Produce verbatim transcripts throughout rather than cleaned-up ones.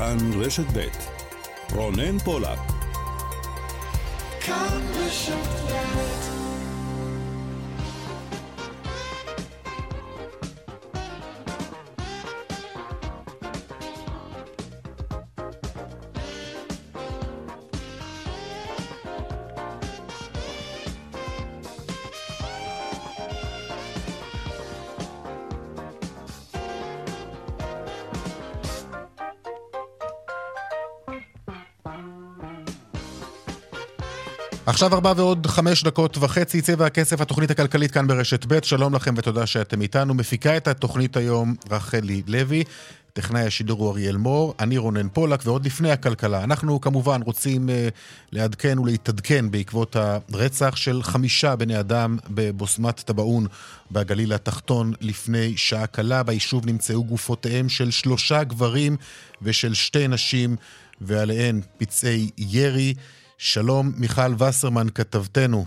כאן רשת ב' רונן פולק. כאן רשת ב'. עכשיו ארבע ועוד חמש דקות וחצי, צבע הכסף, התוכנית הכלכלית כאן ברשת ב'. שלום לכם ותודה שאתם איתנו. מפיקה את התוכנית היום רחלי לוי, טכנאי השידור הוא אריאל מור, אני רונן פולק. ועוד לפני הכלכלה, אנחנו כמובן רוצים uh, לעדכן ולהתעדכן בעקבות הרצח של חמישה בני אדם בבוסמת טבעון בגליל התחתון לפני שעה קלה. ביישוב נמצאו גופותיהם של שלושה גברים ושל שתי נשים, ועליהן פצעי ירי. שלום מיכל וסרמן כתבתנו.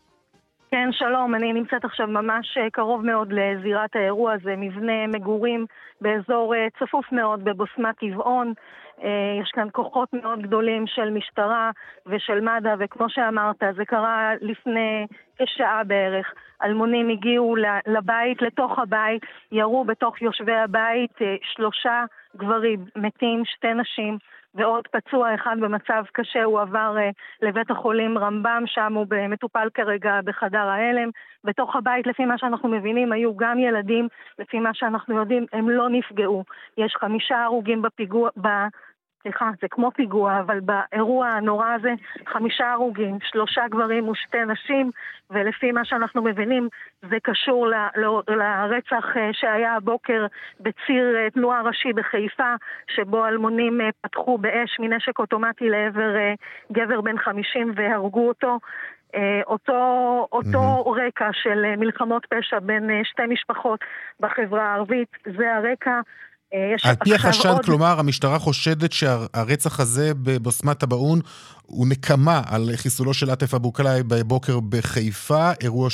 כן, שלום, אני נמצאת עכשיו ממש קרוב מאוד לזירת האירוע הזה, מבנה מגורים באזור צפוף מאוד בבוסמת טבעון. יש כאן כוחות מאוד גדולים של משטרה ושל מד"א, וכמו שאמרת, זה קרה לפני כשעה בערך. אלמונים הגיעו לבית, לתוך הבית, ירו בתוך יושבי הבית, שלושה גברים מתים, שתי נשים ועוד פצוע אחד במצב קשה. הוא עבר uh, לבית החולים רמב"ם, שם הוא מטופל כרגע בחדר ההלם. בתוך הבית, לפי מה שאנחנו מבינים, היו גם ילדים, לפי מה שאנחנו יודעים, הם לא נפגעו. יש חמישה הרוגים בפיגוע, ב... סליחה, זה כמו פיגוע, אבל באירוע הנורא הזה, חמישה הרוגים, שלושה גברים ושתי נשים, ולפי מה שאנחנו מבינים, זה קשור ל, ל, לרצח שהיה הבוקר בציר תנועה ראשי בחיפה, שבו אלמונים פתחו באש מנשק אוטומטי לעבר גבר בן חמישים והרגו אותו. אותו, אותו mm-hmm. רקע של מלחמות פשע בין שתי משפחות בחברה הערבית, זה הרקע. על פי החשד, עוד... כלומר, המשטרה חושדת שהרצח הזה בבוסמת טבעון הוא נקמה על חיסולו של עטף אבו קלעי בבוקר בחיפה, אירוע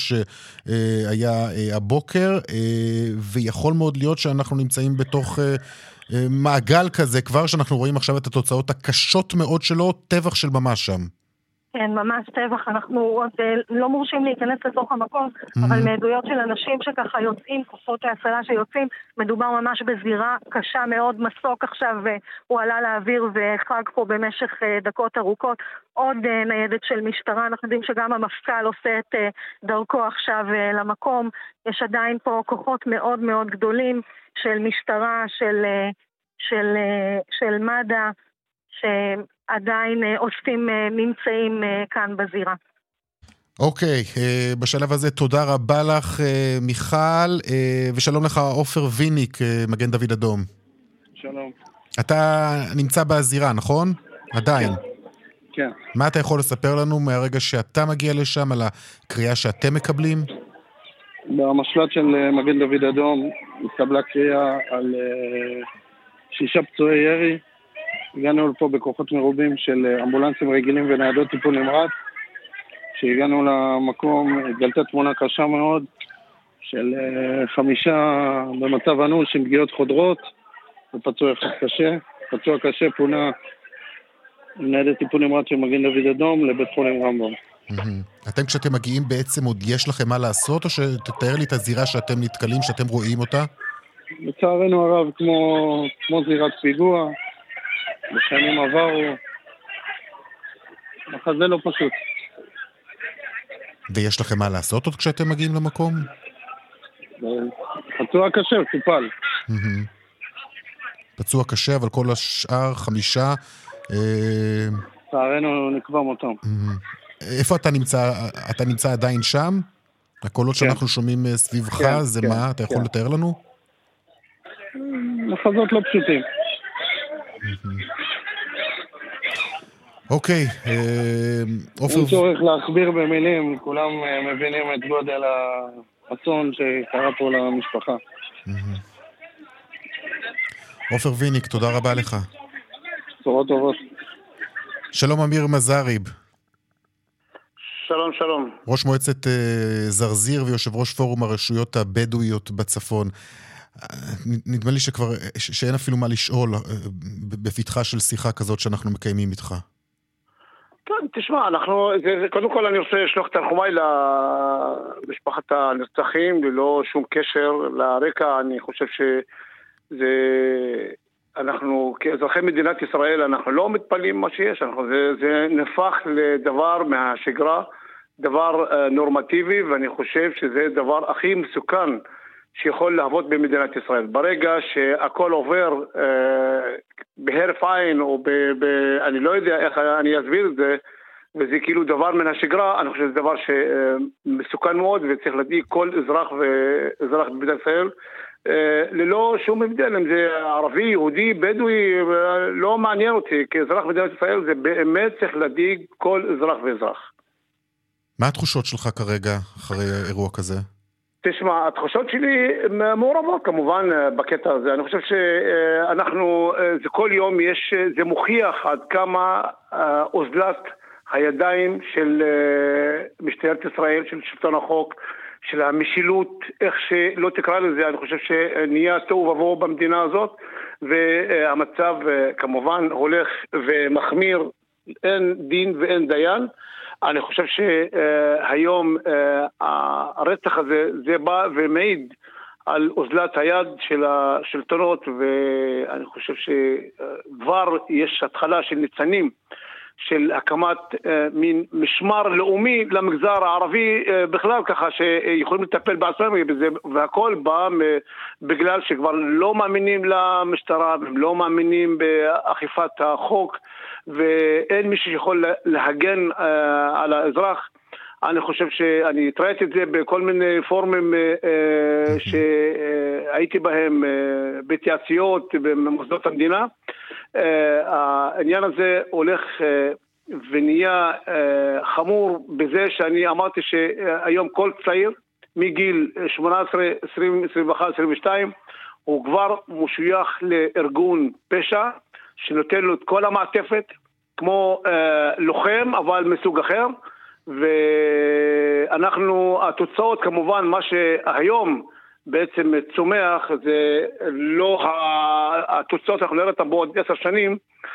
שהיה הבוקר, ויכול מאוד להיות שאנחנו נמצאים בתוך מעגל כזה, כבר שאנחנו רואים עכשיו את התוצאות הקשות מאוד שלו, טבח של ממש שם. כן, ממש טבח. אנחנו עוד לא מורשים להיכנס לתוך המקום, mm-hmm. אבל מעדויות של אנשים שככה יוצאים, כוחות ההצלה שיוצאים, מדובר ממש בזירה קשה מאוד. מסוק עכשיו הוא עלה לאוויר וחג פה במשך דקות ארוכות. עוד ניידת של משטרה, אנחנו יודעים שגם המפכ"ל עושה את דרכו עכשיו למקום. יש עדיין פה כוחות מאוד מאוד גדולים של משטרה, של, של, של מד"א, שעדיין אוספים ממצאים כאן בזירה. אוקיי, בשלב הזה תודה רבה לך מיכל, ושלום לך עופר ויניק, מגן דוד אדום. שלום. אתה נמצא בזירה, נכון? עדיין. כן. מה אתה יכול לספר לנו מהרגע שאתה מגיע לשם, על הקריאה שאתם מקבלים? במשל"ט של מגן דוד אדום התקבלה קריאה על שישה פצועי ירי. הגענו לפה בכוחות מרובים של אמבולנסים רגילים וניידות טיפול נמרץ. כשהגענו למקום התגלתה תמונה קשה מאוד של חמישה במצב אנוש עם פגיעות חודרות ופצוע אחד קשה. פצוע קשה פונה ניידת טיפול נמרץ של מגן דוד אדום לבית חולים רמב"ם. אתם כשאתם מגיעים בעצם עוד יש לכם מה לעשות, או שתתאר לי את הזירה שאתם נתקלים, שאתם רואים אותה? לצערנו הרב, כמו, כמו זירת פיגוע, בשנים עברו, אך זה לא פשוט. ויש לכם מה לעשות עוד כשאתם מגיעים למקום? פצוע קשה, טופל. פצוע קשה, אבל כל השאר חמישה... לצערנו נקבע מותם. איפה אתה נמצא? אתה נמצא עדיין שם? הקולות שאנחנו שומעים סביבך, זה מה? אתה יכול לתאר לנו? מחזות לא פשוטים. אוקיי, אין צורך להכביר במילים, כולם מבינים את גודל האסון שקרה פה למשפחה. עופר ויניק, תודה רבה לך. בשורות טובות. שלום אמיר מזריב. שלום, שלום. ראש מועצת זרזיר ויושב ראש פורום הרשויות הבדואיות בצפון. נדמה לי שכבר, שאין אפילו מה לשאול בפתחה של שיחה כזאת שאנחנו מקיימים איתך. כן, תשמע, אנחנו, זה, זה, קודם כל אני רוצה לשלוח תנחומיי למשפחת הנרצחים, ללא שום קשר לרקע. אני חושב שזה, אנחנו כאזרחי מדינת ישראל, אנחנו לא מתפלאים מה שיש, אנחנו, זה, זה נפח לדבר מהשגרה, דבר uh, נורמטיבי, ואני חושב שזה דבר הכי מסוכן שיכול להוות במדינת ישראל. ברגע שהכל עובר uh, בהרף עין, או ב, ב, אני לא יודע איך אני אסביר את זה, וזה כאילו דבר מן השגרה, אני חושב שזה דבר שמסוכן מאוד, וצריך להדאיג כל אזרח ואזרח במדינת ישראל, ללא שום הבדל, אם זה ערבי, יהודי, בדואי, לא מעניין אותי, כאזרח במדינת ישראל זה באמת צריך להדאיג כל אזרח ואזרח. מה התחושות שלך כרגע אחרי אירוע כזה? תשמע, התחושות שלי מעורבות כמובן בקטע הזה. אני חושב שאנחנו, זה כל יום יש, זה מוכיח עד כמה אוזלת הידיים של משטרת ישראל, של שלטון החוק, של המשילות, איך שלא תקרא לזה, אני חושב שנהיה תוהו ובוהו במדינה הזאת, והמצב כמובן הולך ומחמיר, אין דין ואין דיין. אני חושב שהיום הרצח הזה, זה בא ומעיד על אוזלת היד של השלטונות, ואני חושב שכבר יש התחלה של ניצנים של הקמת מין משמר לאומי למגזר הערבי בכלל, ככה שיכולים לטפל בעצמם בזה, והכל בא בגלל שכבר לא מאמינים למשטרה, הם לא מאמינים באכיפת החוק, ואין מישהו שיכול להגן על האזרח. אני חושב שאני התראיתי את זה בכל מיני פורומים שהייתי בהם, בהתייעצויות במוסדות המדינה. העניין הזה הולך ונהיה חמור בזה שאני אמרתי שהיום כל צעיר מגיל שמונה עשרה, עשרים, עשרים ואחת, עשרים ושתיים הוא כבר משוייך לארגון פשע שנותן לו את כל המעטפת כמו לוחם אבל מסוג אחר, ואנחנו, התוצאות כמובן מה שהיום בעצם צומח זה לא התוצאות, אנחנו נראה אותם בעוד עשר שנים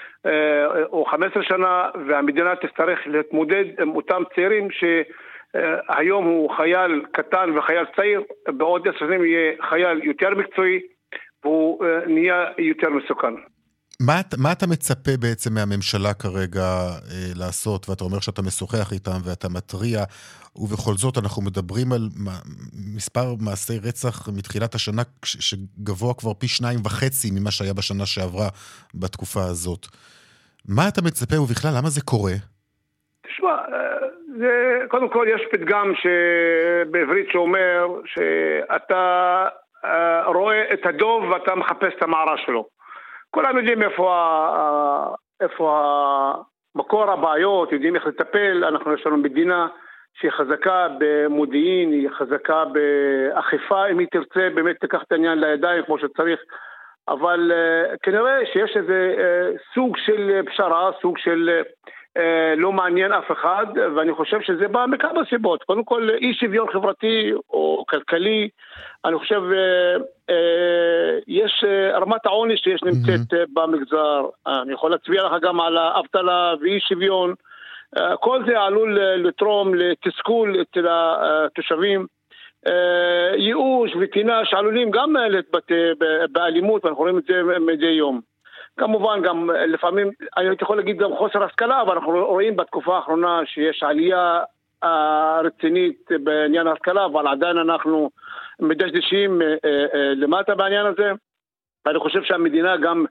או חמש עשרה שנה, והמדינה תצטרך להתמודד עם אותם צעירים שהיום הוא חייל קטן וחייל צעיר, בעוד עשר שנים יהיה חייל יותר מקצועי והוא נהיה יותר מסוכן. מה, מה אתה מצפה בעצם מהממשלה כרגע אה, לעשות, ואתה אומר שאתה משוחח איתם ואתה מטריע, ובכל זאת אנחנו מדברים על מספר מעשי רצח מתחילת השנה שגבוה כבר פי שניים וחצי ממה שהיה בשנה שעברה בתקופה הזאת. מה אתה מצפה ובכלל למה זה קורה? תשמע, זה, קודם כל יש פתגם שבעברית שאומר שאתה רואה את הדוב ואתה מחפש את המערה שלו. כולם יודעים איפה, איפה מקור הבעיות, יודעים איך לטפל. אנחנו יש לנו מדינה שהיא חזקה במודיעין, היא חזקה באכיפה, אם היא תרצה באמת תיקח את העניין לידיים כמו שצריך, אבל uh, כנראה שיש איזה uh, סוג של פשרה, סוג של uh, לא מעניין אף אחד, ואני חושב שזה בא מכמה סיבות. קודם כל אי שוויון חברתי או כלכלי, אני חושב uh, uh, יש uh, רמת העוני שיש נמצאת uh, במגזר, אני יכול להצביע לך גם על האבטלה ואי שוויון, uh, כל זה עלול uh, לתרום לתסכול אצל התושבים, uh, ייאוש וטינה שעלולים גם להתבטא באלימות, ואנחנו רואים את זה מדי יום. כמובן גם לפעמים, אני יכול להגיד גם חוסר השכלה, אבל אנחנו רואים בתקופה האחרונה שיש עלייה רצינית בעניין ההשכלה, אבל עדיין אנחנו מדשדשים למטה בעניין הזה. ואני חושב שהמדינה גם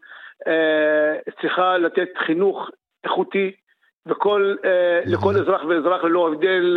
צריכה לתת חינוך איכותי, וכל, לכל אזרח ואזרח ללא הבדל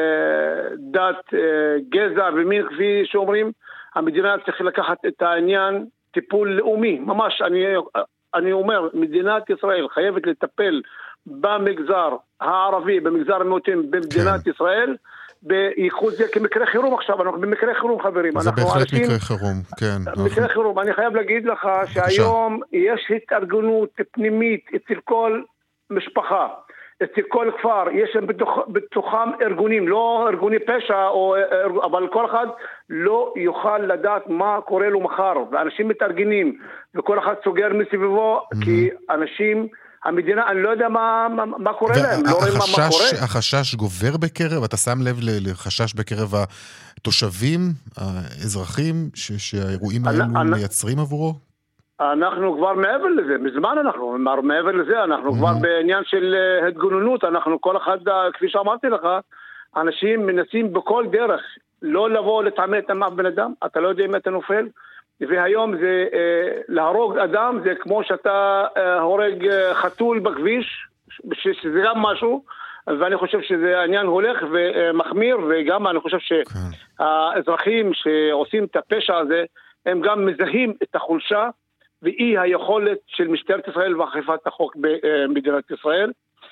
דת, גזע ומין, כפי שאומרים, המדינה צריכה לקחת את העניין טיפול לאומי, ממש אני, אני אומר, מדינת ישראל חייבת לטפל במגזר הערבי, במגזר המיעוטים במדינת כן. ישראל, בייחוד זה כמקרה חירום עכשיו, אנחנו במקרה חירום חברים. זה בהחלט אנשים, מקרה חירום, כן. מקרה אנחנו... חירום, אני חייב להגיד לך שהיום יש התארגנות פנימית אצל כל משפחה, אצל כל כפר יש שם בתוך, בתוכם ארגונים, לא ארגוני פשע, או, אבל כל אחד לא יוכל לדעת מה קורה לו מחר, ואנשים מתארגנים, וכל אחד סוגר מסביבו, mm-hmm. כי אנשים, המדינה, אני לא יודע מה, מה, מה קורה להם, לא רואים מה, מה קורה. החשש גובר בקרב, אתה שם לב לחשש בקרב התושבים, האזרחים, ש, שהאירועים האלו אני, מייצרים עבורו? אנחנו כבר מעבר לזה, מזמן אנחנו, מעבר לזה, אנחנו mm-hmm. כבר בעניין של התגוננות, אנחנו כל אחד, כפי שאמרתי לך, אנשים מנסים בכל דרך, לא לבוא לתעמת עם אף בן אדם, אתה לא יודע אם אתה נופל, והיום זה, אה, להרוג אדם, זה כמו שאתה אה, הורג אה, חתול בכביש, שזה גם משהו, ואני חושב שזה העניין הולך ומחמיר, וגם אני חושב שהאזרחים שעושים את הפשע הזה, הם גם מזהים את החולשה, ואי היכולת של משטרת ישראל ואכיפת החוק במדינת ישראל.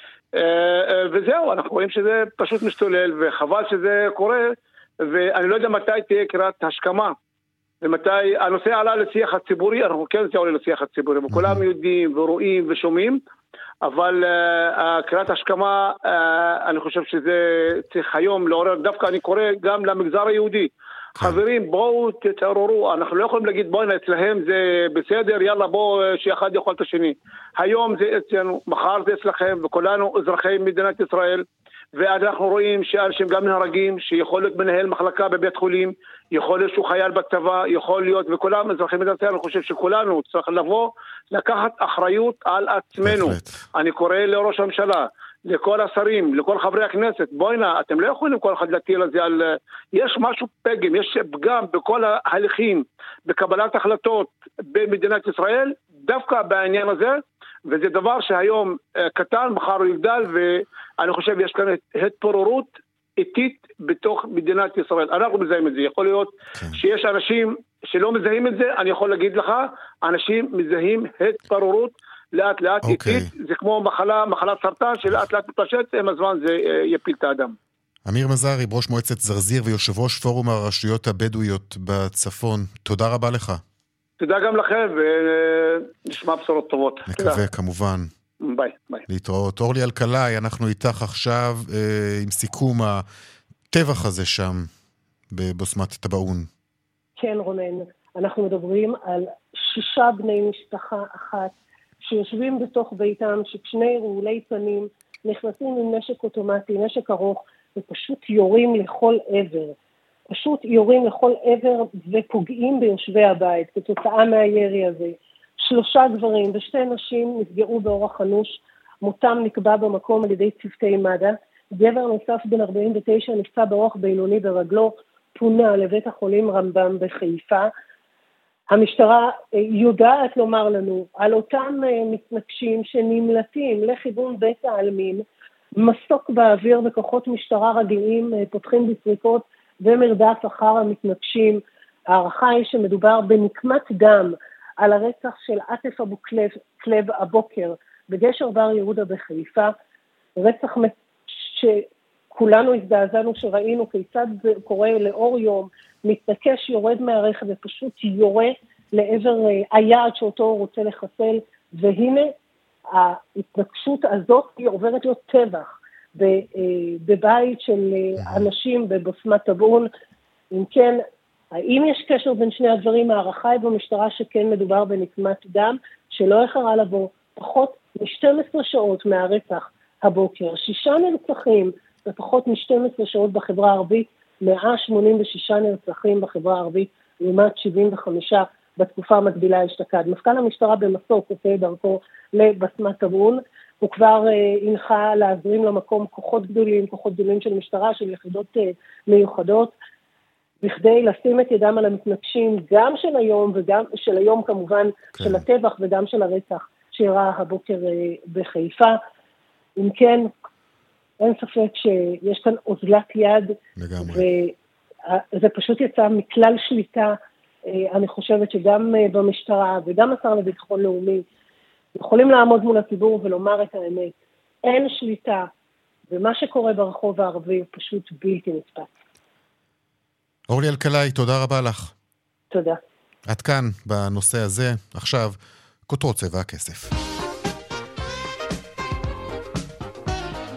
וזהו, אנחנו רואים שזה פשוט משתולל, וחבל שזה קורה, ואני לא יודע מתי תהיה קריאת השכמה, ומתי הנושא עלה לשיח הציבורי, אנחנו כן זה עולה לשיח הציבורי, וכולם יודעים ורואים ושומעים, אבל קריאת השכמה, אני חושב שזה צריך היום לעורר, דווקא אני קורא גם למגזר היהודי, חברים, בואו תתעוררו, אנחנו לא יכולים להגיד בואו אצלהם זה בסדר, יאללה בואו שאחד יכול את השני. היום זה אצלנו, מחר זה אצלכם, וכולנו אזרחי מדינת ישראל, ואנחנו רואים שאנשים גם נהרגים, שיכול להיות מנהל מחלקה בבית חולים, יכול להיות שהוא חייל בצבא, יכול להיות, וכולם אזרחי מדינת ישראל, אני חושב שכולנו צריך לבוא, לקחת אחריות על עצמנו. אני קורא לראש הממשלה, לכל השרים, לכל חברי הכנסת, בואי נא, אתם לא יכולים כל אחד להטיל על זה, על... יש משהו פגם, יש פגם בכל ההליכים, בקבלת החלטות במדינת ישראל, דווקא בעניין הזה, וזה דבר שהיום קטן, מחר הוא יגדל, ואני חושב יש כאן התפוררות איטית בתוך מדינת ישראל. אנחנו מזהים את זה, יכול להיות שיש אנשים שלא מזהים את זה, אני יכול להגיד לך, אנשים מזהים התפוררות, לאט לאט okay. איטית, זה כמו מחלה, מחלת סרטן שלאט לאט מתפשט, עם הזמן זה יפיל את האדם. אמיר מזרי, ראש מועצת זרזיר ויושב ראש פורום הרשויות הבדואיות בצפון, תודה רבה לך. תודה גם לכם, ונשמע בשורות טובות. מקווה, תודה. כמובן. ביי, ביי. להתראות. אורלי אלקלעי, אנחנו איתך עכשיו אה, עם סיכום הטבח הזה שם, בבוסמת טבעון. כן, רונן, אנחנו מדברים על שישה בני משפחה אחת, שיושבים בתוך ביתם, ששני רעולי פנים נכנסים עם נשק אוטומטי, נשק ארוך, ופשוט יורים לכל עבר. פשוט יורים לכל עבר ופוגעים ביושבי הבית, כתוצאה מהירי הזה. שלושה גברים ושתי נשים נפגעו באורח אנוש, מותם נקבע במקום על ידי צוותי מד"א. גבר נוסף בן ארבעים ותשע נפצע באורח בינוני ברגלו, פונה לבית החולים רמב"ם בחיפה. המשטרה יודעת לומר לנו על אותם מתנגשים שנמלטים לכיוון בית העלמין, מסוק באוויר וכוחות משטרה רגליים פותחים בסריקות ומרדף אחר המתנגשים. הערכה היא שמדובר בנקמת דם על הרצח של עטף אבו כלב, כלב הבוקר בגשר בר יהודה בחיפה, רצח שכולנו הזדעזענו שראינו כיצד זה קורה לאור יום, מתנקש יורד מהרכב ופשוט יורה לעבר היעד שאותו הוא רוצה לחסל, והנה ההתנגשות הזאת היא עוברת להיות טבח בבית של אנשים בבוסמת טבעון. אם כן, האם יש קשר בין שני הדברים? הערכה היא במשטרה שכן מדובר בנקמת דם, שלא איחרה לבוא פחות מ-שתים עשרה שעות מהרצח הבוקר. שישה נרצחים בפחות מ-שתים עשרה שעות בחברה הערבית, מאה שמונים ושישה נרצחים בחברה הערבית, לעומת שבעים וחמישה בתקופה המקבילה אשתקד. מפכ"ל המשטרה במסוק עושה דרכו לבסמת טבעון, הוא כבר אה, הנחה להזרים למקום כוחות גדולים, כוחות גדולים של משטרה, של יחידות אה, מיוחדות, בכדי לשים את ידם על המתנגשים, גם של היום וגם של היום כמובן, כן. של הטבח וגם של הרצח שאירע הבוקר אה, בחיפה. אם כן, אין ספק שיש כאן אוזלת יד, לגמרי. וזה פשוט יצא מכלל שליטה. אני חושבת שגם במשטרה וגם השר לביטחון לאומי יכולים לעמוד מול הציבור ולומר את האמת. אין שליטה, ומה שקורה ברחוב הערבי הוא פשוט בלתי נתפס. אורלי אלקלעי, תודה רבה לך. תודה. עד כאן בנושא הזה. עכשיו, כותרות צבע הכסף.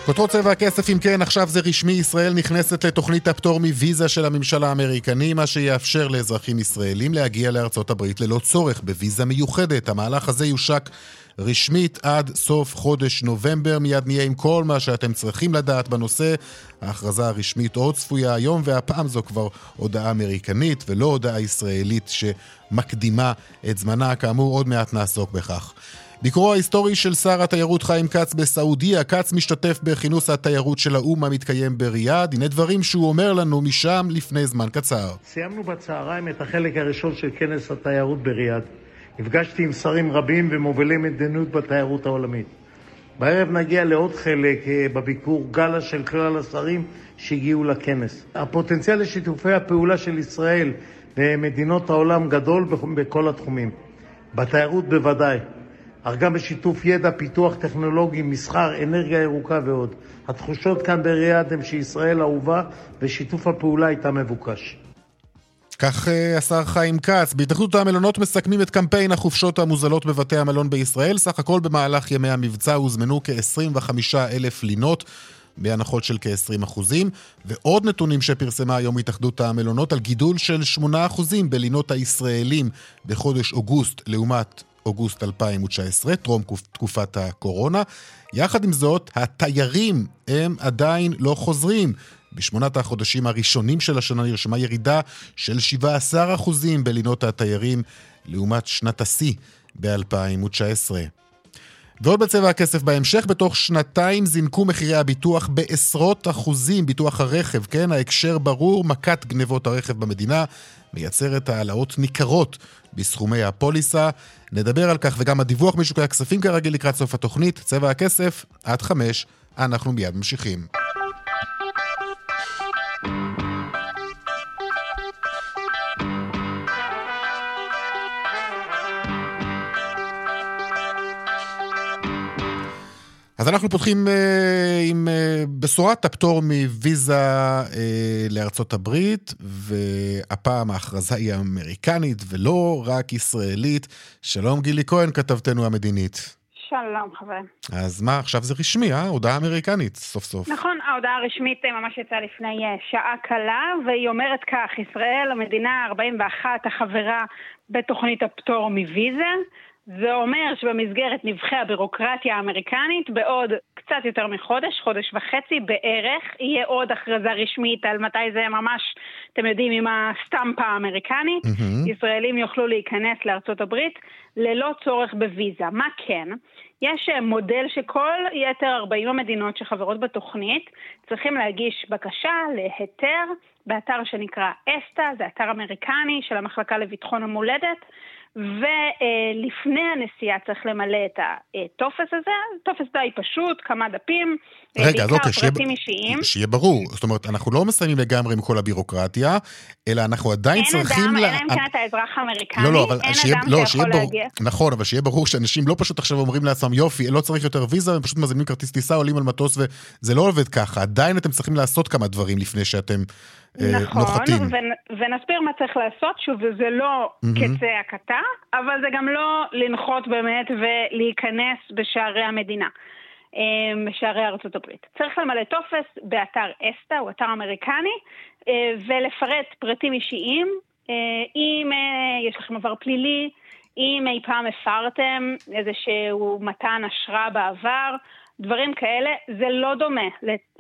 כותרות צבע הכסף, אם כן, עכשיו זה רשמי, ישראל נכנסת לתוכנית הפטור מוויזה של הממשל האמריקני, מה שיאפשר לאזרחים ישראלים להגיע לארצות הברית ללא צורך בוויזה מיוחדת. המהלך הזה יושק רשמית עד סוף חודש נובמבר. מיד נהיה עם כל מה שאתם צריכים לדעת בנושא. ההכרזה הרשמית עוד צפויה היום, והפעם זו כבר הודעה אמריקנית ולא הודעה ישראלית שמקדימה את זמנה. כאמור, עוד מעט נעסוק בכך. ביקורו ההיסטורי של שר התיירות חיים כץ בסעודיה. כץ משתתף בכינוס התיירות של האו"ם המתקיים בריאד. הנה דברים שהוא אומר לנו משם לפני זמן קצר. סיימנו בצהריים את החלק הראשון של כנס התיירות בריאד. נפגשתי עם שרים רבים ומובילי מדיניות בתיירות העולמית. בערב נגיע לעוד חלק בביקור גלה של כלל השרים שהגיעו לכנס. הפוטנציאל לשיתופי הפעולה של ישראל במדינות העולם גדול בכל התחומים. בתיירות בוודאי. אך גם בשיתוף ידע, פיתוח טכנולוגי, מסחר, אנרגיה ירוקה ועוד. התחושות כאן בריאד הם שישראל אהובה ושיתוף הפעולה איתה מבוקש. כך השר חיים כץ. בהתאחדות המלונות מסכמים את קמפיין החופשות המוזלות בבתי המלון בישראל. סך הכל במהלך ימי המבצע הוזמנו כ-עשרים וחמישה אלף לינות, בהנחות של כ-עשרים אחוזים, ועוד נתונים שפרסמה היום התאחדות המלונות על גידול של שמונה אחוזים בלינות הישראלים בחודש אוגוסט לעומת אוגוסט אלפיים תשע עשרה, טרום תקופת הקורונה. יחד עם זאת, התיירים הם עדיין לא חוזרים. בשמונת החודשים הראשונים של השנה נרשמה ירידה של שבעה עשר אחוזים בלינות התיירים לעומת שנת השיא ב-אלפיים תשע עשרה. ועוד בצבע הכסף בהמשך, בתוך שנתיים זינקו מחירי הביטוח בעשרות אחוזים. ביטוח הרכב, כן, ההקשר ברור, מכת גנבות הרכב במדינה מייצרת העלאות ניכרות בסכומי הפוליסה. נדבר על כך וגם הדיווח משוקי הכספים כרגיל לקראת סוף התוכנית. צבע הכסף עד חמש, אנחנו מיד ממשיכים. אז אנחנו פותחים uh, עם uh, בשורת הפטור מוויזה uh, לארצות הברית, והפעם ההכרזה היא אמריקנית ולא רק ישראלית. שלום גילי כהן, כתבתנו המדינית. שלום חבר. אז מה, עכשיו זה רשמי, אה? הודעה אמריקנית, סוף סוף. נכון, ההודעה הרשמית ממש יצאה לפני שעה קלה, והיא אומרת כך: ישראל, המדינה ה-ארבעים ואחת החברה בתוכנית הפטור מוויזה. זה אומר שבמסגרת נבחי הבירוקרטיה האמריקנית בעוד קצת יותר מחודש, חודש וחצי בערך, יהיה עוד הכרזה רשמית על מתי זה ממש, אתם יודעים, עם הסטמפה האמריקנית. Mm-hmm. ישראלים יוכלו להיכנס לארצות הברית ללא צורך בוויזה. מה כן? יש מודל שכל יתר ארבעים המדינות שחברות בתוכנית צריכים להגיש בקשה להיתר באתר שנקרא אסטה, זה אתר אמריקני של המחלקה לביטחון המולדת, ולפני הנסיעה צריך למלא את הטופס הזה. טופס די פשוט, כמה דפים, רגע, אז אוקיי, פרטים אישיים. שיהיה ברור, זאת אומרת, אנחנו לא מסיימים לגמרי עם כל הבירוקרטיה, אלא אנחנו עדיין צריכים... אין אדם, אין כאן את האזרח האמריקני, לא, לא, אבל אין שיהיה, אדם לא, שיכול שיהיה להגיע. ברור, נכון, אבל שיהיה ברור שאנשים לא פשוט עכשיו אומרים לעצמם, יופי, לא צריך יותר ויזה, הם פשוט מזמינים כרטיס טיסה, עולים על מטוס, וזה לא עובד ככה. עדיין אתם צריכים לעשות כמה דברים לפני שאתם נכון, נוחתים. ו- ונסביר מה צריך לעשות. שוב, זה לא mm-hmm. קצה הקטה, אבל זה גם לא לנחות באמת ולהיכנס בשערי המדינה, בשערי ארצות הברית. צריך למלא טופס באתר אסטה, הוא אתר אמריקני, ולפרט פרטים אישיים, אם יש לכם עבר פלילי, אם אי פעם הפרתם איזשהו מתן אשרה בעבר, דברים כאלה. זה לא דומה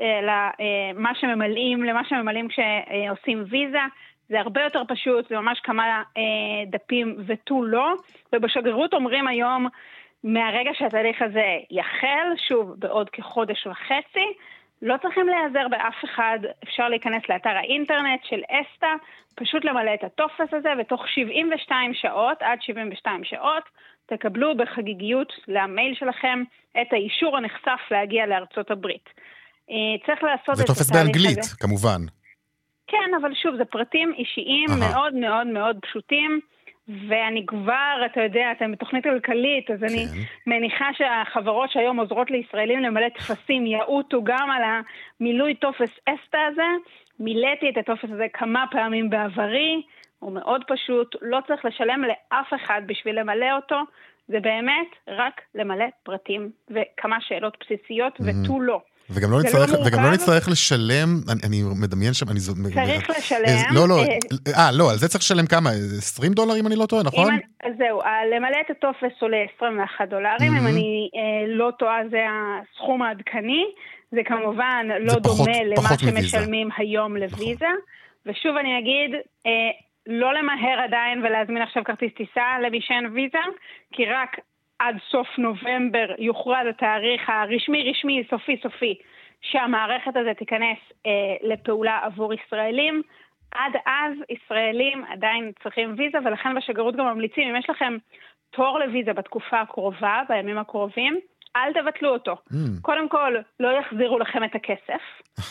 למה שממלאים, למה שממלאים כשעושים ויזה. זה הרבה יותר פשוט, זה ממש כמה דפים ותו לא. ובשגרירות אומרים היום, מהרגע שהתהליך הזה יחל, שוב, בעוד כחודש וחצי, לא צריכים להיעזר באף אחד, אפשר להיכנס לאתר האינטרנט של אסטה, פשוט למלא את הטופס הזה, ותוך שבעים ושתיים שעות, עד שבעים ושתיים שעות, תקבלו בחגיגיות למייל שלכם את האישור הנחשף להגיע לארצות הברית. צריך לעשות זה את טופס התהליך באנגלית, הזה. כמובן. כן, אבל שוב, זה פרטים אישיים Aha. מאוד מאוד מאוד פשוטים, ואני כבר, אתה יודע, אתם בתוכנית כלכלית, אז כן. אני מניחה שהחברות שהיום עוזרות לישראלים למלא טפסים יעוטו גם על המילוי טופס אסטה הזה. מילאתי את הטופס הזה כמה פעמים בעברי, הוא מאוד פשוט, לא צריך לשלם לאף אחד בשביל למלא אותו, זה באמת רק למלא פרטים וכמה שאלות בסיסיות mm-hmm. ותו לא. וגם לא נצטרך, וגם לא נצטרך לשלם, אני, אני מדמיין שם, אני... צריך לשלם. לא, לא, אה, לא, על זה צריך לשלם כמה? עשרים דולר אם אני לא טועה, נכון? אז זהו, למלא את הטופס עולה עשרים ואחד דולרים, אם אני לא טועה זה הסכום העדכני, זה כמובן לא דומה למה שמשלמים היום לוויזה, ושוב אני אגיד, לא למהר עדיין ולהזמין עכשיו כרטיס טיסה למי שאין ויזה, כי רק עד סוף נובמבר יוכרז התאריך הרשמי, רשמי, סופי, סופי, שהמערכת הזאת תיכנס אה, לפעולה עבור ישראלים. עד אז ישראלים עדיין צריכים ויזה, ולכן בשגרירות גם ממליצים, אם יש לכם תור לוויזה בתקופה הקרובה, בימים הקרובים, אל תבטלו אותו. Mm. קודם כל, לא יחזירו לכם את הכסף.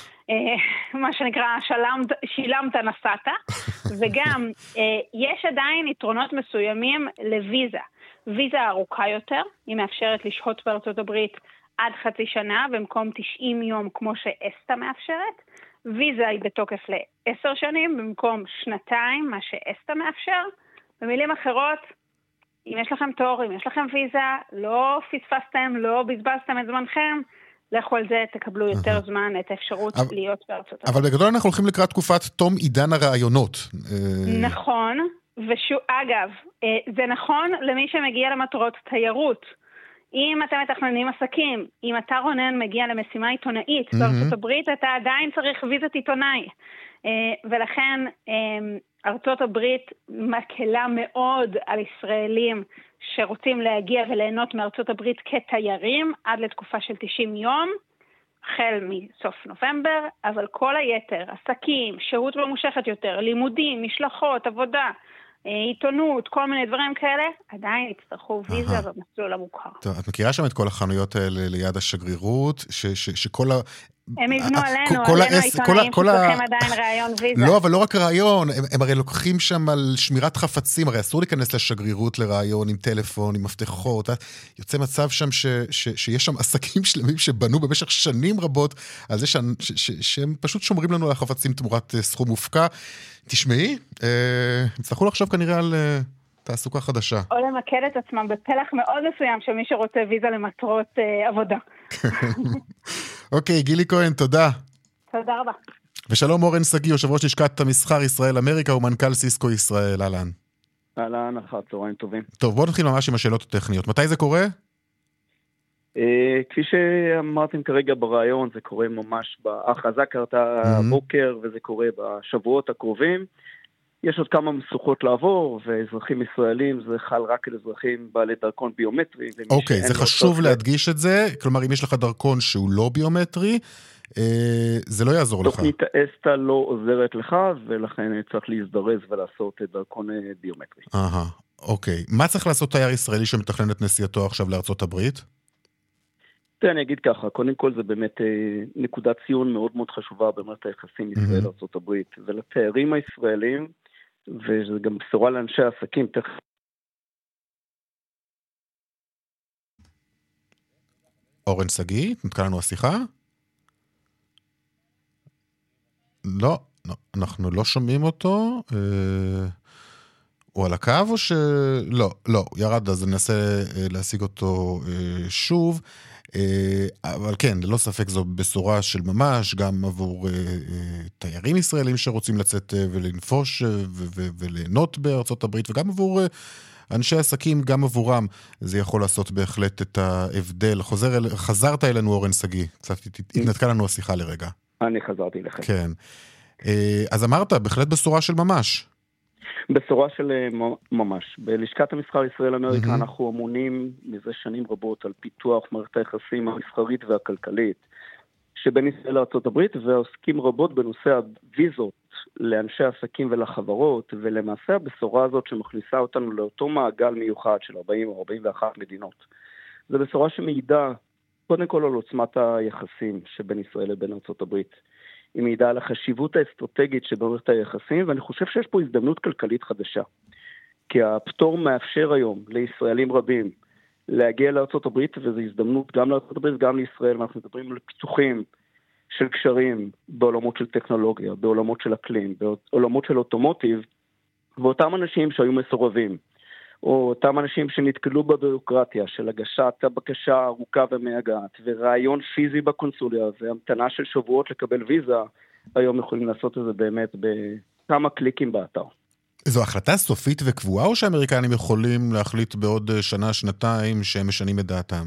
מה שנקרא, שלמת, שילמת נסעת. וגם, יש עדיין יתרונות מסוימים לוויזה. ויזה ארוכה יותר, היא מאפשרת לשהות בארצות הברית עד חצי שנה, במקום תשעים יום כמו שאסטה מאפשרת. ויזה היא בתוקף לעשר שנים, במקום שנתיים, מה שאסטה מאפשר. במילים אחרות, אם יש לכם תור, אם יש לכם ויזה, לא פספסתם, לא בזבזתם את זמנכם, לכו על זה, תקבלו יותר זמן, את האפשרות להיות בארצות הברית. אבל בגדול אנחנו הולכים לקראת תקופת תום עידן הרעיונות. נכון, ואגב, זה נכון למי שמגיע למטרות תיירות. אם אתם מתכננים עסקים, אם אתה רונן מגיע למשימה עיתונאית בארצות הברית, אתה עדיין צריך ויזת עיתונאי. ולכן ארצות הברית מקלה מאוד על ישראלים שרוצים להגיע וליהנות מארצות הברית כתיירים עד לתקופה של תשעים יום, החל מסוף נובמבר, אבל כל היתר, עסקים, שהות ממושכת יותר, לימודים, משלחות, עבודה, עיתונות, כל מיני דברים כאלה, עדיין יצטרכו ויזה במסלול המוכר. טוב, את מכירה שם את כל החנויות האלה ליד השגרירות, שכל ה... הם יבנו עלינו, עלינו עיתונאים שצריכים עדיין רעיון ויזה. לא, אבל לא רק רעיון, הם הרי לוקחים שם על שמירת חפצים, הרי אסור להיכנס לשגרירות לרעיון עם טלפון, עם מפתחות, יוצא מצב שם שיש שם עסקים שלמים שבנו במשך שנים רבות, על זה שהם פשוט שומרים לנו על החפצים תמורת סכום מופקע. תשמעי, נצטרכו לחשוב כנראה על תעסוקה חדשה. או למקד את עצמם בפלח מאוד מסוים של מי שרוצה ויזה למטרות עבודה. אוקיי, גילי כהן, תודה. תודה רבה. ושלום אורן סגי, יושב ראש לשכת המסחר ישראל אמריקה ומנכ"ל סיסקו ישראל, אהלן. אהלן, אחר צהריים טובים. טוב, בואו נתחיל ממש עם השאלות הטכניות. מתי זה קורה? כפי שאמרתם כרגע ברעיון, זה קורה ממש, ההכרזה קרתה בוקר, וזה קורה בשבועות הקרובים. יש עוד כמה משוכות לעבור, ואזרחים ישראלים זה חל רק על אזרחים בעלי דרכון ביומטרי. אוקיי, זה חשוב להדגיש את זה, כלומר אם יש לך דרכון שהוא לא ביומטרי, זה לא יעזור לך. תוכנית האסטה לא עוזרת לך, ולכן צריך להזדרז ולעשות דרכון ביומטרי. אהה, אוקיי. מה צריך לעשות תייר ישראלי שמתכנן את נסיעתו עכשיו לארצות הברית? תראה, אני אגיד ככה, קודם כל זה באמת נקודת ציון מאוד מאוד חשובה במערכת היחסים ישראל לארצות הברית, ולתיירים הישראלים, וזה גם בשורה לאנשי העסקים. אורן סגי, נתקע לנו השיחה? לא, לא, אנחנו לא שומעים אותו. הוא על הקו או ש... לא, לא, ירד, אז ננסה להשיג אותו שוב. אבל כן, ללא ספק זו בשורה של ממש, גם עבור תיירים ישראלים שרוצים לצאת ולנפוש וליהנות בארצות הברית, וגם עבור אנשי עסקים, גם עבורם זה יכול לעשות בהחלט את ההבדל. חוזר, חזרת אלינו אורן סגי, קצת התנתקה לנו השיחה לרגע. אני חזרתי לכם. כן. אז אמרת, בהחלט בשורה של ממש. בשורה של ממש. בלשכת המסחר ישראל אמריקה אנחנו אמונים מזה שנים רבות על פיתוח מערכת היחסים המסחרית והכלכלית שבין ישראל לארצות הברית, ועוסקים רבות בנושא הוויזות לאנשי עסקים ולחברות, ולמעשה הבשורה הזאת שמכניסה אותנו לאותו מעגל מיוחד של ארבעים או ארבעים ואחת מדינות. זו בשורה שמעידה קודם כל על עוצמת היחסים שבין ישראל לבין ארצות הברית. היא מעידה על החשיבות האסטרטגית שבמערכת היחסים, ואני חושב שיש פה הזדמנות כלכלית חדשה. כי הפטור מאפשר היום לישראלים רבים להגיע לארצות הברית, וזו הזדמנות גם לארצות הברית וגם לישראל, ואנחנו מדברים על פיתוחים של קשרים בעולמות של טכנולוגיה, בעולמות של אקלים, בעולמות של אוטומוטיב, ואותם אנשים שהיו מסורבים, או אותם אנשים שנתקלו בבירוקרטיה של הגשת הבקשה ארוכה ומייגעת, ורעיון פיזי בקונסוליה, והמתנה של שבועות לקבל ויזה, היום יכולים לעשות את זה באמת בכמה קליקים באתר. זו החלטה סופית וקבועה, או שהאמריקנים יכולים להחליט בעוד שנה, שנתיים, שהם משנים את דעתם?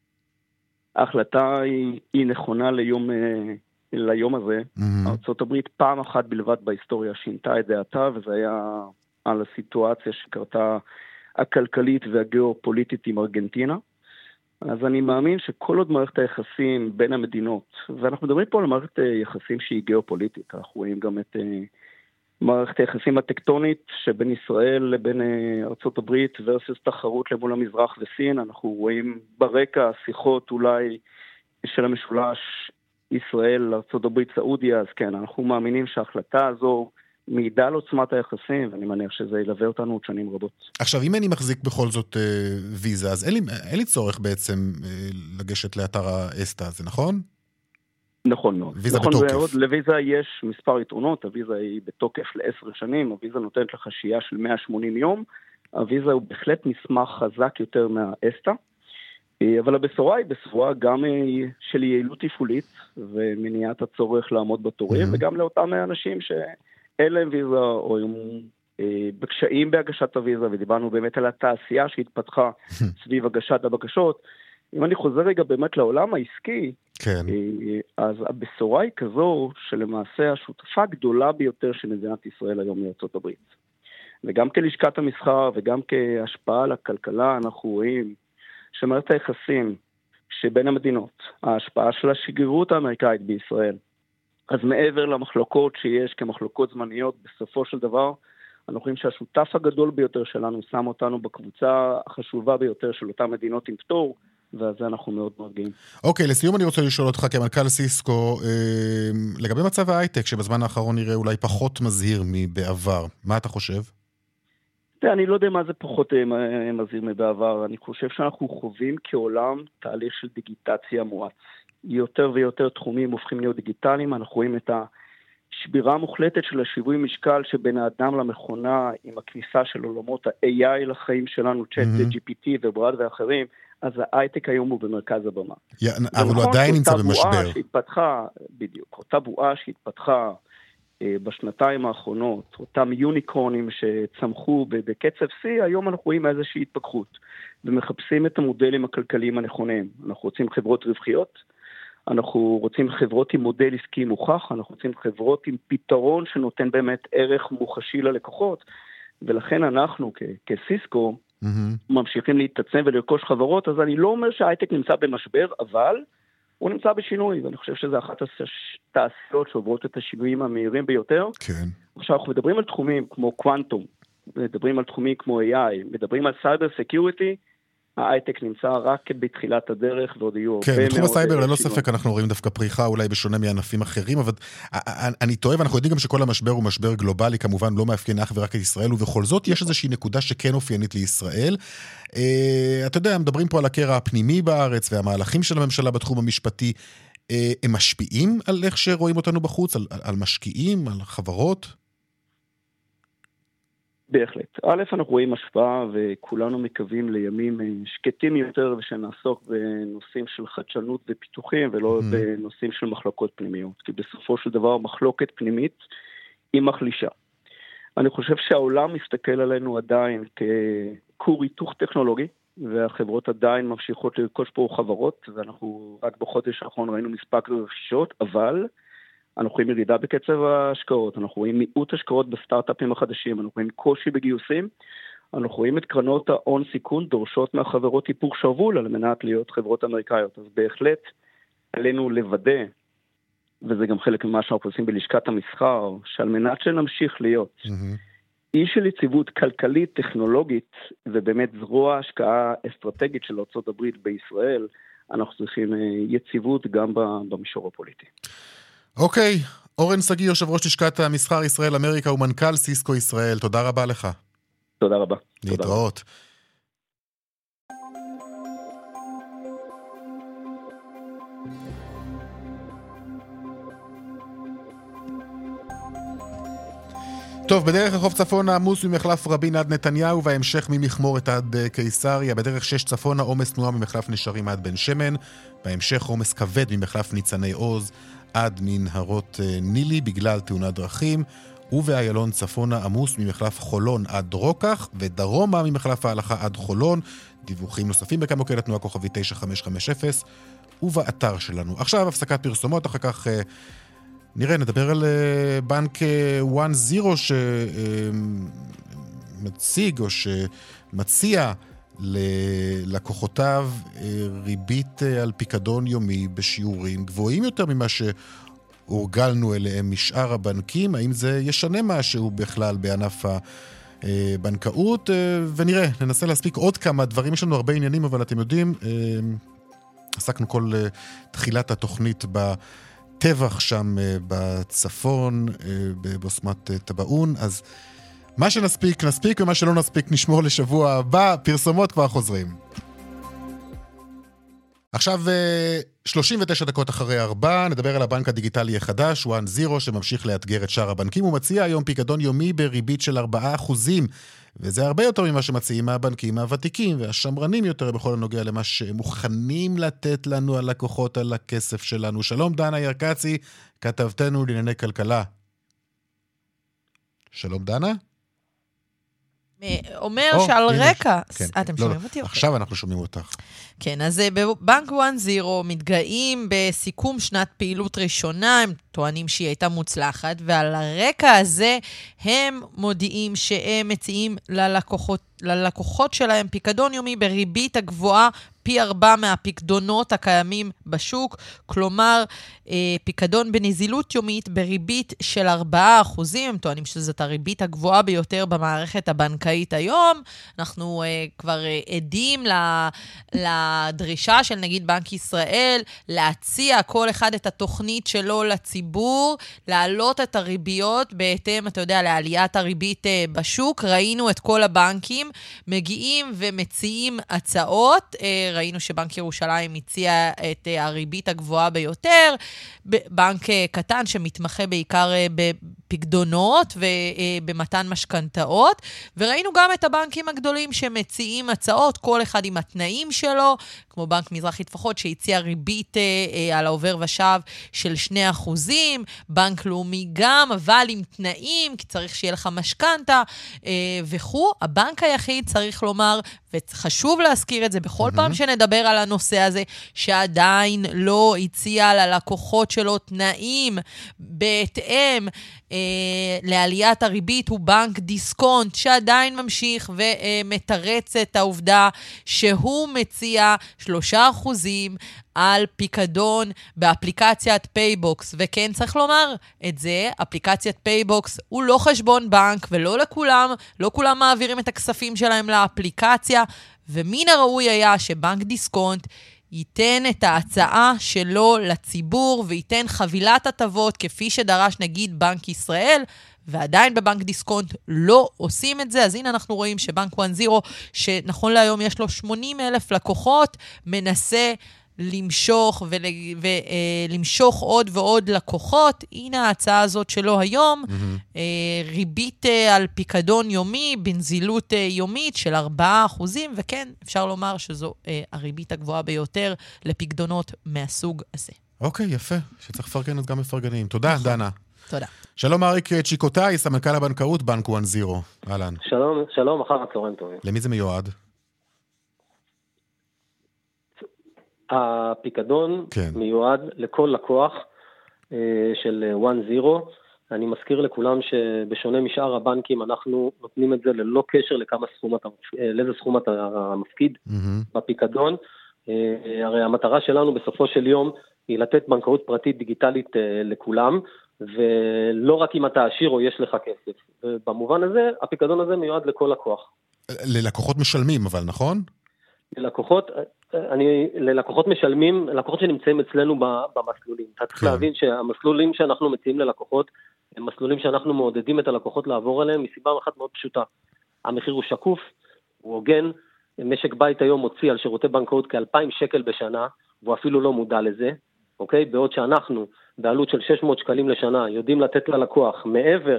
ההחלטה היא, היא נכונה ליום, ליום הזה. Mm-hmm. ארצות הברית פעם אחת בלבד בהיסטוריה שינתה את דעתה, וזה היה על הסיטואציה שקרתה הכלכלית והגיאופוליטית עם ארגנטינה. אז אני מאמין שכל עוד מערכת היחסים בין המדינות, ואנחנו מדברים פה על מערכת יחסים שהיא גיאופוליטית, אנחנו רואים גם את מערכת היחסים הטקטונית שבין ישראל לבין ארצות הברית versus תחרות למול המזרח וסין, אנחנו רואים ברקע שיחות אולי של המשולש ישראל, ארצות הברית, סעודיה, אז כן, אנחנו מאמינים שההחלטה הזו מעידה על עוצמת היחסים, ואני מניח שזה ילווה אותנו עוד שנים רבות. עכשיו, אם אני מחזיק בכל זאת אה, ויזה, אז אין לי, אין לי צורך בעצם אה, לגשת לאתר האסטה הזה, נכון? נכון מאוד. ויזה נכון בתוקף. מאוד, לוויזה יש מספר יתרונות, הוויזה היא בתוקף לעשר שנים, הוויזה נותנת לך שהייה של מאה ושמונים יום, הוויזה הוא בהחלט מסמך חזק יותר מהאסטה, אבל הבשורה היא בשורה גם של יעילות תפעולית, ומניעת הצורך לעמוד בתורים, mm-hmm. וגם לאותם אנשים ש... אין להם ויזה, או הם אה, בקשיים בהגשת הוויזה, ודיברנו באמת על התעשייה שהתפתחה סביב הגשת הבקשות. אם אני חוזר רגע באמת לעולם העסקי, כן. אה, אז הבשורה היא כזו, שלמעשה השותפה הגדולה ביותר של מדינת ישראל היום היא ארצות הברית. וגם כלשכת המסחר, וגם כהשפעה על הכלכלה, אנחנו רואים שמערכת היחסים שבין המדינות, ההשפעה של השגרירות האמריקאית בישראל, אז מעבר למחלוקות שיש כמחלוקות זמניות, בסופו של דבר, אנחנו רואים שהשותף הגדול ביותר שלנו שם אותנו בקבוצה החשובה ביותר של אותן מדינות עם פטור, ועל זה אנחנו מאוד מאוד גאים. אוקיי, לסיום אני רוצה לשאול אותך כמנכ"ל סיסקו, לגבי מצב ההייטק, שבזמן האחרון נראה אולי פחות מזהיר מבעבר, מה אתה חושב? אני לא יודע מה זה פחות מזהיר מבעבר, אני חושב שאנחנו חווים כעולם תהליך של דיגיטציה מואץ. יותר ויותר תחומים הופכים להיות דיגיטליים, אנחנו רואים את השבירה המוחלטת של השיווי משקל שבין האדם למכונה עם הכניסה של עולמות ה-איי איי לחיים שלנו, צ'אט ג'י פי טי וברד ואחרים, אז ההייטק היום הוא במרכז הבמה. אבל הוא עדיין נמצא במשבר. שהתפתחה, בדיוק, אותה בועה שהתפתחה בשנתיים האחרונות, אותם יוניקורנים שצמחו בקצב C, היום אנחנו רואים איזושהי התפתחות, ומחפשים את המודלים הכלכליים הנכונים. אנחנו רוצים חברות רווחיות, אנחנו רוצים חברות עם מודל עסקי מוכח, אנחנו רוצים חברות עם פתרון שנותן באמת ערך מוחשי ללקוחות, ולכן אנחנו כ- כסיסקו mm-hmm. ממשיכים להתעצם ולרכוש חברות, אז אני לא אומר שההייטק נמצא במשבר, אבל הוא נמצא בשינוי, ואני חושב שזה אחת התעשיות שעוברות את השינויים המהירים ביותר. כן. עכשיו אנחנו מדברים על תחומים כמו קוונטום, מדברים על תחומים כמו איי איי, מדברים על סייבר סקיוריטי, ההייטק נמצא רק בתחילת הדרך, ועוד יהיו הרבה מאוד... כן, בתחום הסייבר ללא ספק אנחנו רואים דווקא פריחה, אולי בשונה מענפים אחרים, אבל אני טועה, ואנחנו יודעים גם שכל המשבר הוא משבר גלובלי, כמובן לא מאפיין אך ורק את ישראל, ובכל זאת יש איזושהי נקודה שכן אופיינית לישראל. אתה יודע, מדברים פה על הקרע הפנימי בארץ, והמהלכים של הממשלה בתחום המשפטי, הם משפיעים על איך שרואים אותנו בחוץ, על, על משקיעים, על חברות? בהחלט. א', אנחנו רואים השפעה וכולנו מקווים לימים שקטים יותר ושנעסוק בנושאים של חדשנות ופיתוחים ולא mm-hmm. בנושאים של מחלוקות פנימיות. כי בסופו של דבר מחלוקת פנימית היא מחלישה. אני חושב שהעולם מסתכל עלינו עדיין ככור היתוך טכנולוגי, והחברות עדיין ממשיכות לרכוש פה חברות, ואנחנו רק בחודש האחרון ראינו מספר רכישות, אבל אנחנו רואים ירידה בקצב ההשקעות, אנחנו רואים מיעוט השקעות בסטארט-אפים החדשים, אנחנו רואים קושי בגיוסים, אנחנו רואים את קרנות ההון סיכון דורשות מהחברות היפוך שרוול על מנת להיות חברות אמריקאיות, אז בהחלט עלינו לוודא, וזה גם חלק ממה שאנחנו עושים בלשכת המסחר, שעל מנת שנמשיך להיות mm-hmm. אי של יציבות כלכלית, טכנולוגית, ובאמת זרוע השקעה אסטרטגית של ארצות הברית בישראל, אנחנו צריכים יציבות גם במישור הפוליטי. אוקיי, אורן סגי, יושב ראש לשכת המסחר ישראל אמריקה ומנכ"ל סיסקו ישראל, תודה רבה לך. תודה רבה. להתראות. טוב, בדרך רחוב צפון העמוס ממחלף רבין עד נתניהו, וההמשך ממכמורת עד קיסריה. בדרך שש צפון העומס תנועה ממחלף נשרים עד בן שמן. בהמשך עומס כבד ממחלף ניצני עוז עד מנהרות נילי בגלל תאונת דרכים. ובאיילון צפון העמוס ממחלף חולון עד רוקח, ודרומה ממחלף ההלכה עד חולון. דיווחים נוספים בכאן מוקד התנועה כוכבי תשע חמש חמש אפס ובאתר שלנו. עכשיו הפסקת פרסומות, אחר כך נראה, נדבר על בנק וואן זירו שמציג או שמציע ללקוחותיו ריבית על פיקדון יומי בשיעורים גבוהים יותר ממה שהורגלנו אליהם משאר הבנקים. האם זה ישנה משהו בכלל בענף הבנקאות? ונראה, ננסה להספיק עוד כמה דברים. יש לנו הרבה עניינים, אבל אתם יודעים, עסקנו כל תחילת התוכנית ב... טבח שם בצפון, בבוסמת טבעון, אז מה שנספיק, נספיק, ומה שלא נספיק נשמור לשבוע הבא. פרסומות כבר חוזרים. עכשיו שלושים ותשע דקות אחרי ארבע, נדבר על הבנק הדיגיטלי החדש, וואן זירו, שממשיך לאתגר את שאר הבנקים. הוא מציע היום פיקדון יומי בריבית של ארבעה אחוזים, וזה הרבה יותר ממה שמציעים מהבנקים הוותיקים והשמרנים יותר בכל הנוגע למה שמוכנים לתת לנו הלקוחות על הכסף שלנו. שלום דנה ירקצי, כתבתנו לענייני כלכלה. שלום דנה? אומר שעל רקע... אתם שומעים אותי? עכשיו אנחנו שומעים אותך. כן, אז בבנק וואן זירו מתגאים בסיכום שנת פעילות ראשונה, הם טוענים שהיא הייתה מוצלחת, ועל הרקע הזה הם מודיעים שהם מציעים ללקוחות, ללקוחות שלהם פיקדון יומי בריבית הגבוהה פי ארבע מהפיקדונות הקיימים בשוק, כלומר פיקדון בנזילות יומית בריבית של ארבעה אחוזים, הם טוענים שזאת הריבית הגבוהה ביותר במערכת הבנקאית היום. אנחנו כבר עדים לדרישה של נגיד בנק ישראל להציע כל אחד את התוכנית שלו לציבור, להעלות את הריביות בהתאם, אתה יודע, לעליית הריבית בשוק. ראינו את כל הבנקים מגיעים ומציעים הצעות, ראינו שבנק ירושלים הציע את הריבית הגבוהה ביותר, בנק קטן שמתמחה בעיקר בפקדונות ובמתן משכנתאות, וראינו גם את הבנקים הגדולים שמציעים הצעות, כל אחד עם התנאים שלו, כמו בנק מזרחי טפחות שהציע ריבית על העובר ושב של שני אחוזים, בנק לאומי גם, אבל עם תנאים, כי צריך שיהיה לך משכנתה וכו'. הבנק היחיד, צריך לומר, וחשוב להזכיר את זה בכל mm-hmm. פעם שנדבר על הנושא הזה, שעדיין לא הציע ללקוחות שלו תנאים בהתאם אה, לעליית הריבית, הוא בנק דיסקונט, שעדיין ממשיך ומתרץ את העובדה שהוא מציע שלושה אחוזים על פיקדון באפליקציית פייבוקס. וכן, צריך לומר את זה, אפליקציית פייבוקס הוא לא חשבון בנק, ולא לכולם, לא כולם מעבירים את הכספים שלהם לאפליקציה, ומן הראוי היה שבנק דיסקונט ייתן את ההצעה שלו לציבור, וייתן חבילת הטבות כפי שדרש נגיד בנק ישראל, ועדיין בבנק דיסקונט לא עושים את זה. אז הנה אנחנו רואים שבנק וואן זירו, שנכון להיום יש לו שמונים אלף לקוחות, מנסה למשוך ולמשוך עוד ועוד לקוחות. הנה ההצעה הזאת שלו היום, mm-hmm. ריבית על פיקדון יומי, בנזילות יומית של ארבעה אחוזים, וכן, אפשר לומר שזו הריבית הגבוהה ביותר לפקדונות מהסוג הזה. אוקיי, יפה. שצריך לפרגן אז גם מפרגנים. תודה, דנה. תודה. שלום אריק צ'יקוטאי, סמנכ"ל הבנקאות, בנק וואן זירו. אהלן. שלום, שלום, אחר הצהריים טובים. למי זה מיועד? הפיקדון כן. מיועד לכל לקוח אה, של וואן זירו. אני מזכיר לכולם שבשונה משאר הבנקים אנחנו נותנים את זה ללא קשר לכמה סכום אתה, לאיזה סכום אתה מפקיד mm-hmm. בפיקדון. אה, הרי המטרה שלנו בסופו של יום היא לתת בנקאות פרטית דיגיטלית אה, לכולם, ולא רק אם אתה עשיר או יש לך כסף. ובמובן הזה הפיקדון הזה מיועד לכל לקוח. ללקוחות משלמים אבל, נכון? ללקוחות, אני, ללקוחות משלמים, לקוחות שנמצאים אצלנו במסלולים. אתה צריך להבין שהמסלולים שאנחנו מציעים ללקוחות, הם מסלולים שאנחנו מעודדים את הלקוחות לעבור עליהם, מסיבה אחת מאוד פשוטה. המחיר הוא שקוף, הוא הוגן, משק בית היום מוציא על שירותי בנקאות כאלפיים שקל בשנה, והוא אפילו לא מודע לזה, אוקיי? בעוד שאנחנו, בעלות של שש מאות שקלים לשנה, יודעים לתת ללקוח מעבר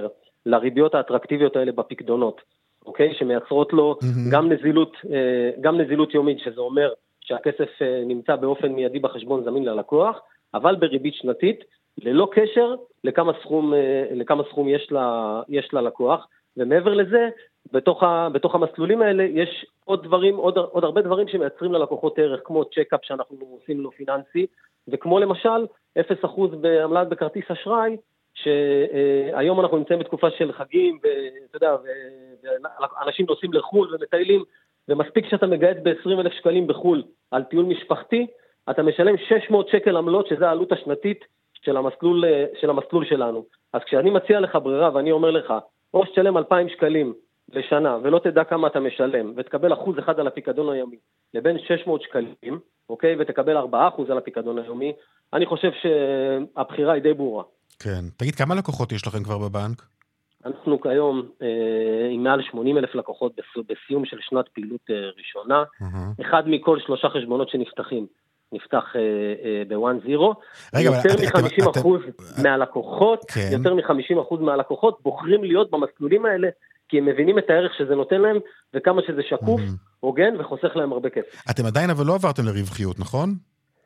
לריביות האטרקטיביות האלה בפקדונות, אוקיי? שמייצרות לו גם נזילות, גם נזילות יומית, שזה אומר שהכסף נמצא באופן מיידי בחשבון זמין ללקוח, אבל בריבית שנתית, ללא קשר לכמה סכום, לכמה סכום יש לה, יש ללקוח, ומעבר לזה, בתוך, ה, בתוך המסלולים האלה יש עוד דברים, עוד, עוד הרבה דברים שמייצרים ללקוחות ערך, כמו צ'קאפ שאנחנו עושים לו פיננסי, וכמו למשל, אפס אחוז בעמלת בכרטיס אשראי, שהיום אנחנו נמצאים בתקופה של חגים, ואתה יודע, ואנשים נוסעים לחול ומטיילים, ומספיק שאתה מגייס ב-עשרים אלף שקלים בחול על טיול משפחתי, אתה משלם שש מאות שקל עמלות, שזה העלות השנתית של המסלול, של המסלול שלנו. אז כשאני מציע לך ברירה, ואני אומר לך, או שתשלם אלפיים שקלים לשנה, ולא תדע כמה אתה משלם, ותקבל אחוז אחד על הפיקדון היומי, לבין שש מאות שקלים, אוקיי, ותקבל ארבעה אחוז על הפיקדון היומי, אני חושב שהבחירה היא די ברורה. כן. תגיד, כמה לקוחות יש לכם כבר בבנק? אנחנו כיום אה, עם מעל שמונים אלף לקוחות בסיום של שנת פעילות אה, ראשונה. Uh-huh. אחד מכל שלושה חשבונות שנפתחים, נפתח אה, אה, ב-וואן זירו. רגע, יותר מ-חמישים אחוז אתם... מהלקוחות, כן. יותר מ-חמישים אחוז מהלקוחות בוחרים להיות במסלולים האלה, כי הם מבינים את הערך שזה נותן להם, וכמה שזה שקוף, הוגן, וחוסך להם הרבה כסף. אתם עדיין אבל לא עברתם לרווחיות, נכון?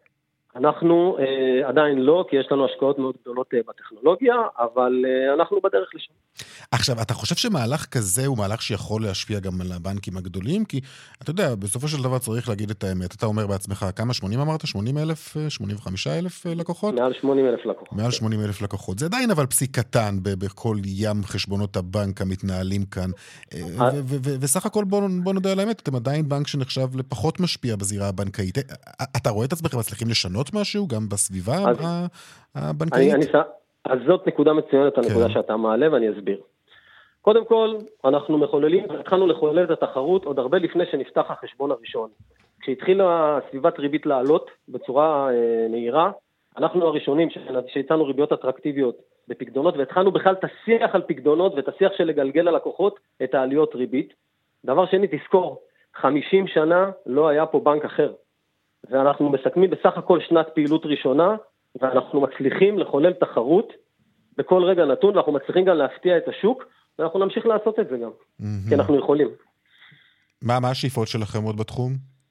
אנחנו אה, עדיין לא, כי יש לנו השקעות מאוד גדולות אה, בטכנולוגיה, אבל אה, אנחנו בדרך לשם. עכשיו, אתה חושב שמהלך כזה הוא מהלך שיכול להשפיע גם על הבנקים הגדולים? כי אתה יודע, בסופו של דבר צריך להגיד את האמת. אתה אומר בעצמך, כמה שמונים אמרת? שמונים אלף, שמונים וחמישה אלף לקוחות? מעל שמונים אלף לקוחות. מעל שמונים אלף לקוחות. זה עדיין אבל פסיק קטן בכל ים חשבונות הבנק המתנהלים כאן. וסך הכל בוא נודע על האמת, אתם עדיין בנק שנחשב לפחות משפיע בזירה הבנקאית. אתה רואה את עצמכם מצליחים לשנות משהו גם בסביבה הבנקאית? אז זאת נקודה מצוינת, הנקודה שאתה מעלה, ואני אסביר. קודם כל, אנחנו מחוללים, התחלנו לחולל את התחרות עוד הרבה לפני שנפתח החשבון הראשון. כשהתחילה סביבת ריבית לעלות בצורה אה, מהירה, אנחנו הראשונים שהצענו ריביות אטרקטיביות בפקדונות, והתחלנו בכלל את השיח על פקדונות ואת השיח של לגלגל ללקוחות את העליות ריבית. דבר שני, תזכור, חמישים שנה לא היה פה בנק אחר. ואנחנו מסכמים בסך הכל שנת פעילות ראשונה, ואנחנו מצליחים לחולל תחרות בכל רגע נתון, ואנחנו מצליחים גם להפתיע את השוק, ואנחנו נמשיך לעשות את זה גם, כי אנחנו יכולים. מה, מה השאיפות שלכם עוד בתחום?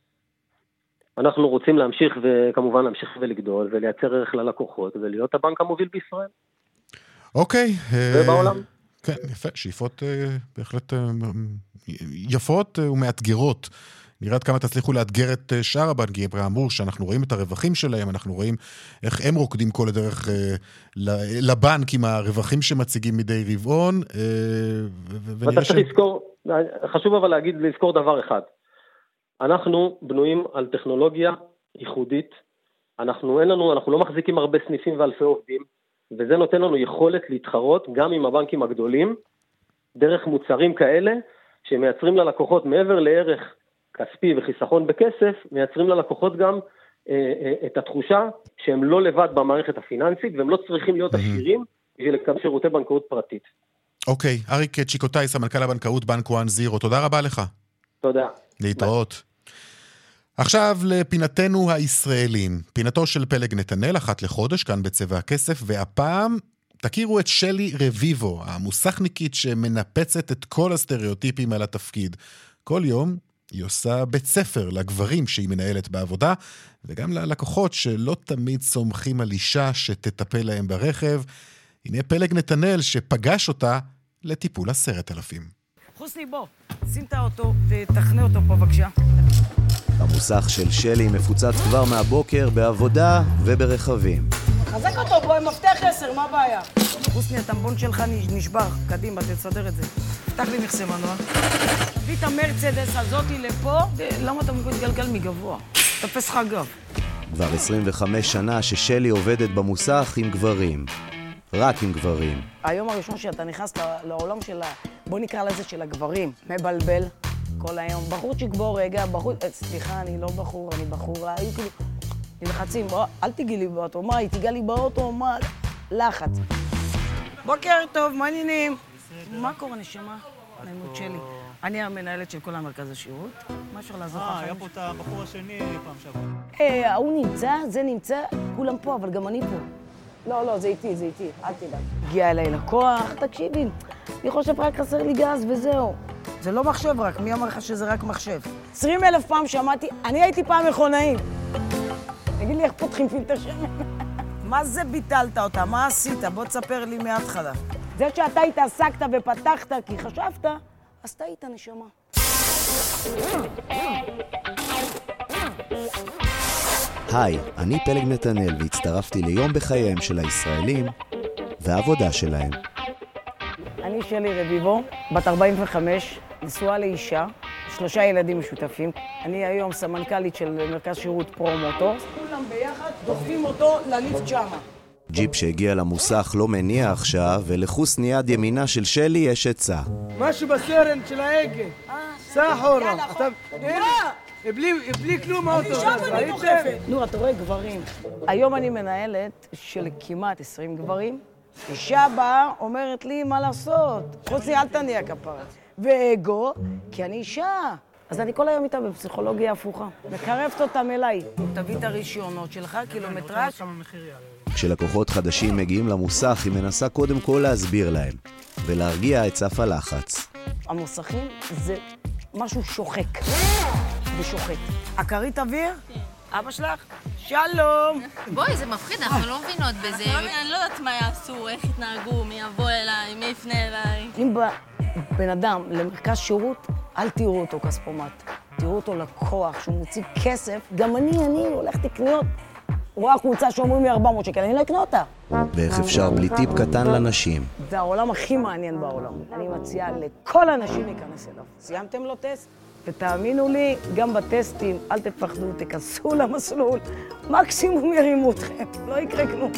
אנחנו רוצים להמשיך, וכמובן להמשיך ולגדול, ולייצר ערך ללקוחות, ולהיות הבנק המוביל בישראל. אוקיי. ובעולם. כן, יפה, שאיפות בהחלט יפות ומאתגרות. נראה כמה תצליחו לאתגר את שאר הבנקים, אמרו שאנחנו רואים את הרווחים שלהם, אנחנו רואים איך הם רוקדים כל הדרך לבנק עם הרווחים שמציגים מדי רבעון. ואתה צריך לזכור, חשוב אבל להגיד, לזכור דבר אחד. אנחנו בנויים על טכנולוגיה ייחודית, אנחנו אין לנו, אנחנו לא מחזיקים הרבה סניפים ואלפי עובדים, וזה נותן לנו יכולת להתחרות גם עם הבנקים הגדולים, דרך מוצרים כאלה, שמייצרים ללקוחות מעבר לערך כספי וחיסכון בכסף, מייצרים ללקוחות גם אה, אה, את התחושה שהם לא לבד במערכת הפיננסית, והם לא צריכים להיות עשירים בשביל לקבל שירותי בנקאות פרטית. אוקיי, אריק צ'יקוטאי, סמנכ"ל הבנקאות בנק וואן זירו, תודה רבה לך. תודה. להתראות. עכשיו לפינתנו הישראלים, פינתו של פלג נתנאל, אחת לחודש, כאן בצבע הכסף, והפעם תכירו את שלי רביבו, המוסכניקית שמנפצת את כל הסטריאוטיפים על התפקיד. כל יום היא עושה בית ספר לגברים שהיא מנהלת בעבודה, וגם ללקוחות שלא תמיד סומכים על אישה שתטפל להם ברכב. הנה פלג נתנאל שפגש אותה לטיפול עשרת אלפים. חוסני בוא, שים את האוטו ותכנה אותו פה בבקשה. המוסך של שלי מפוצץ כבר מהבוקר בעבודה וברכבים. חזק אותו, בוא עם מפתח עשר, מה הבעיה? חוסני, הטמבון שלך נשבר, קדימה, תסדר את זה. פתח לי מכסה מנוע. תביא את המרצדס הזאתי לפה, למה אתה מתגלגל מגבוה? תפס לך גב. כבר עשרים וחמש שנה ששלי עובדת במוסך עם גברים. רק עם גברים. היום הראשון שאתה נכנס לעולם של, בוא נקרא לזה של הגברים, מבלבל כל היום. בחורצ'יק בוא רגע, בחור, סליחה, אני לא בחור, אני בחורה, היו כאילו, נלחצים, בוא, אל תיגעי לי באוטו, מה, היא תיגע לי באוטו, מה, לחץ. בוקר טוב, מה העניינים? מה קורה נשמה? נעימות שלי. אני המנהלת של כל המרכז השירות. מה אפשר לעזור לך? אה, היה פה את הבחור השני פעם שעברה. אה, הוא נמצא, זה נמצא, כולם פה, אבל גם אני פה. לא, לא, זה איתי, זה איתי, אל תדאג. הגיע אליי לקוח, תקשיבי, אני חושב רק חסר לי גז וזהו. זה לא מחשב רק, מי אמר לך שזה רק מחשב? עשרים אלף פעם שמעתי, אני הייתי פעם מכונאי. תגיד לי איך פותחים פילטר שמן? מה זה ביטלת אותה? מה עשית? בוא תספר לי מההתחלה. זה שאתה התעסקת ופתחת כי חשבת, אז טעית נשמה. היי, אני פלג נתנאל והצטרפתי ליום בחייהם של הישראלים והעבודה שלהם. אני שלי רביבו, בת ארבעים וחמש, נשואה לאישה, שלושה ילדים משותפים. אני היום סמנכ"לית של מרכז שירות פרו-מוטורס. כולם ביחד דוחפים אותו לליפט שמה. ג'יפ שהגיע למוסך לא מניע עכשיו, ולחוס ניד ימינה של שלי יש עצה. משהו בסרן של ההגה. סע אחורה. בלי כלום האוטו. נו, אתה רואה גברים. היום אני מנהלת של כמעט עשרים גברים. אישה באה אומרת לי מה לעשות. חוץ לי אל תניע כפרה. ואגו, כי אני אישה. אז אני כל היום איתה בפסיכולוגיה הפוכה. מקרבת אותם אליי. תביא את הרישיונות שלך, קילומטראז'. כשלקוחות חדשים מגיעים למוסך, היא מנסה קודם כל להסביר להם, ולהרגיע את סף הלחץ. המוסכים זה משהו שוחק. ושוחק. הכרית אוויר? אבא שלך? שלום! בואי, זה מפחיד, אנחנו לא מבינות בזה. אני לא יודעת מה יעשו, איך יתנהגו, מי יבוא אליי, מי יפנה אליי. אם בא בן אדם למרכז שירות, אל תראו אותו כספומט. תראו אותו לקוח, שהוא מוציא כסף. גם אני, אני הולכת לקניות. רואה קבוצה שאומרים לי ארבע מאות שקל, אני לא אקנה אותה. ואיך אפשר בלי טיפ קטן לנשים? זה העולם הכי מעניין בעולם. אני מציעה לכל האנשים להיכנס אליו. סיימתם לו טסט? ותאמינו לי, גם בטסטים, אל תפחדו, תכנסו למסלול, מקסימום ירימו אתכם, לא יקרה כלום.